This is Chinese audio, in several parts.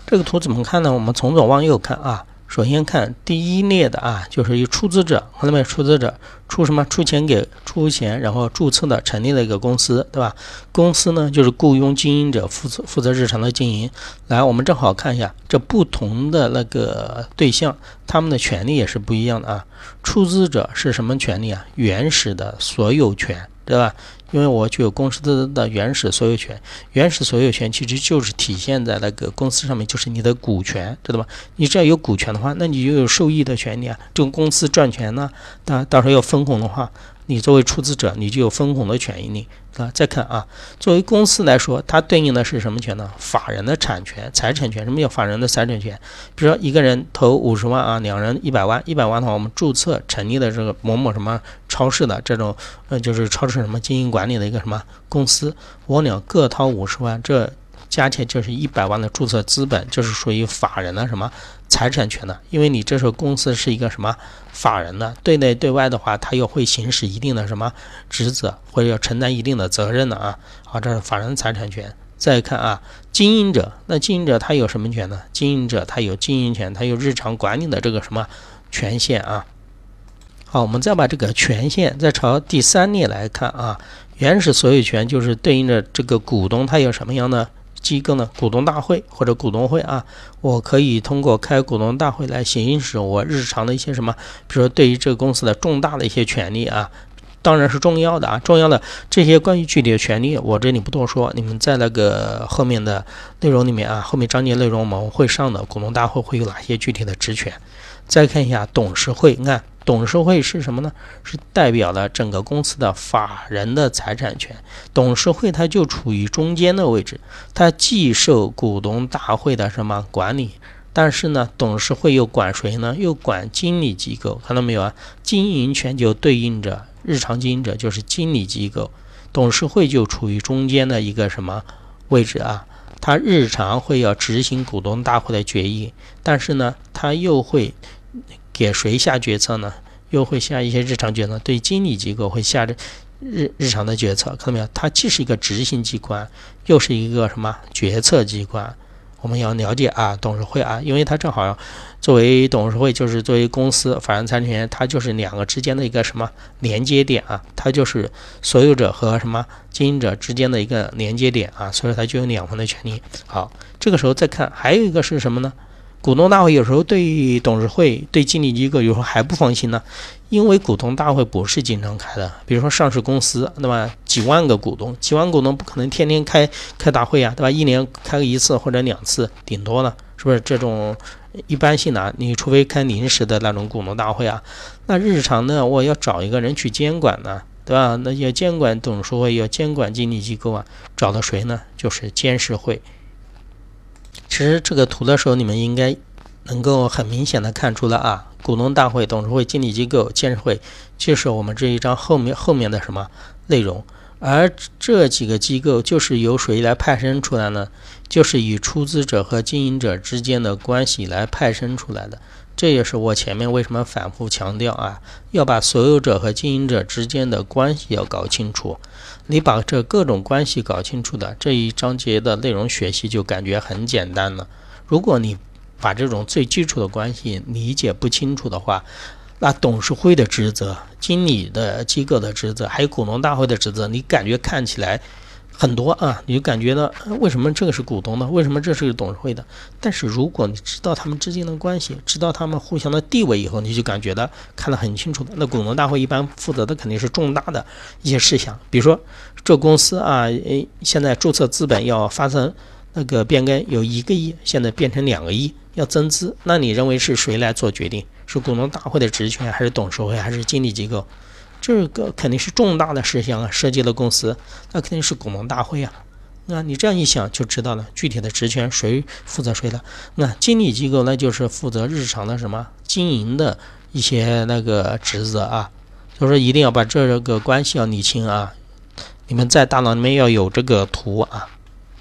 这个图怎么看呢？我们从左往右看啊。首先看第一列的啊，就是一出资者，看到没有？出资者出什么？出钱，然后注册的成立了一个公司，对吧？公司呢就是雇佣经营者负责日常的经营。来，我们正好看一下这不同的那个对象，他们的权利也是不一样的啊。出资者是什么权利啊？原始的所有权，对吧？因为我具有公司的原始所有权，原始所有权其实就是体现在那个公司上面，就是你的股权，知道吧？你只要有股权的话，那你就有受益的权利啊。这个公司赚钱呢，到时候要分红的话，你作为出资者，你就有分红的权益啊。再看啊，作为公司来说，它对应的是什么权呢？法人的产权、财产权。什么叫法人的财产权？比如说一个人投50万啊，两人100万，100万的话，我们注册成立的这个某某什么超市的这种，就是超市什么经营管理的一个什么公司，我俩各掏50万，这加起来就是100万的注册资本，就是属于法人的什么财产权的。因为你这时候公司是一个什么法人的，对内对外的话，他又会行使一定的什么职责，或者要承担一定的责任的啊。好，这是法人财产权。再看啊，经营者，那经营者他有什么权呢？经营者他有经营权，他有日常管理的这个什么权限啊。好，我们再把这个权限再朝第3列来看啊。原始所有权就是对应着这个股东，他有什么样的机构呢？股东大会或者股东会啊，我可以通过开股东大会来行使我日常的一些什么，比如说对于这个公司的重大的一些权利啊，当然是重要的啊，重要的这些关于具体的权利，我这里不多说，你们在那个后面的内容里面啊，后面章节内容我们会上的股东大会会有哪些具体的职权。再看一下董事会，看董事会是什么呢？是代表了整个公司的法人的财产权。董事会它就处于中间的位置，它既受股东大会的什么管理，但是呢，董事会又管谁呢？又管经理机构，看到没有啊？经营权就对应着日常经营者，就是经理机构，董事会就处于中间的一个什么位置啊？它日常会要执行股东大会的决议，但是呢，它又会给谁下决策呢？又会下一些日常决策，对经理机构会下日常的决策，看到没有？它既是一个执行机关，又是一个什么决策机关？我们要了解啊，董事会啊，因为它正好作为董事会，就是作为公司法人财产权，它就是两个之间的一个什么连接点啊，它就是所有者和什么经营者之间的一个连接点啊，所以它就有2份的权利。好，这个时候再看，还有一个是什么呢？股东大会有时候对董事会、对经理机构有时候还不放心呢，因为股东大会不是经常开的。比如说上市公司，对吧？几万个股东不可能天天开大会啊，对吧？1年开个1次或者2次，顶多了，是不是？这种一般性的，你除非开临时的那种股东大会啊，那日常呢，我要找一个人去监管呢，对吧？那要监管董事会，要监管经理机构啊，找到谁呢？就是监事会。其实这个图的时候，你们应该能够很明显的看出了啊，股东大会、董事会、经理机构、监事会，就是我们这一章后面的什么内容。而这几个机构就是由谁来派生出来呢？就是以出资者和经营者之间的关系来派生出来的。这也是我前面为什么反复强调啊，要把所有者和经营者之间的关系要搞清楚。你把这各种关系搞清楚的，这一章节的内容学习就感觉很简单了。如果你把这种最基础的关系理解不清楚的话，那董事会的职责、经理的机构的职责，还有股东大会的职责，你感觉看起来很多啊，你就感觉到为什么这个是股东的，为什么这是董事会的？但是如果你知道他们之间的关系，知道他们互相的地位以后，你就感觉到看得很清楚的。那股东大会一般负责的肯定是重大的一些事项，比如说这公司啊，现在注册资本要发生那个变更，有1个亿，现在变成2个亿，要增资，那你认为是谁来做决定？是股东大会的职权，还是董事会，还是经理机构？这个肯定是重大的事项啊，涉及了公司，那肯定是股东大会啊。那你这样一想就知道了，具体的职权谁负责谁了。那经理机构呢，就是负责日常的什么经营的一些那个职责啊，所以说一定要把这个关系要理清啊。你们在大脑里面要有这个图啊。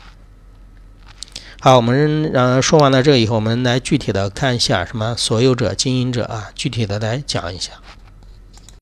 好，我们说完了这个以后，我们来具体的看一下什么所有者、经营者啊，具体的来讲一下。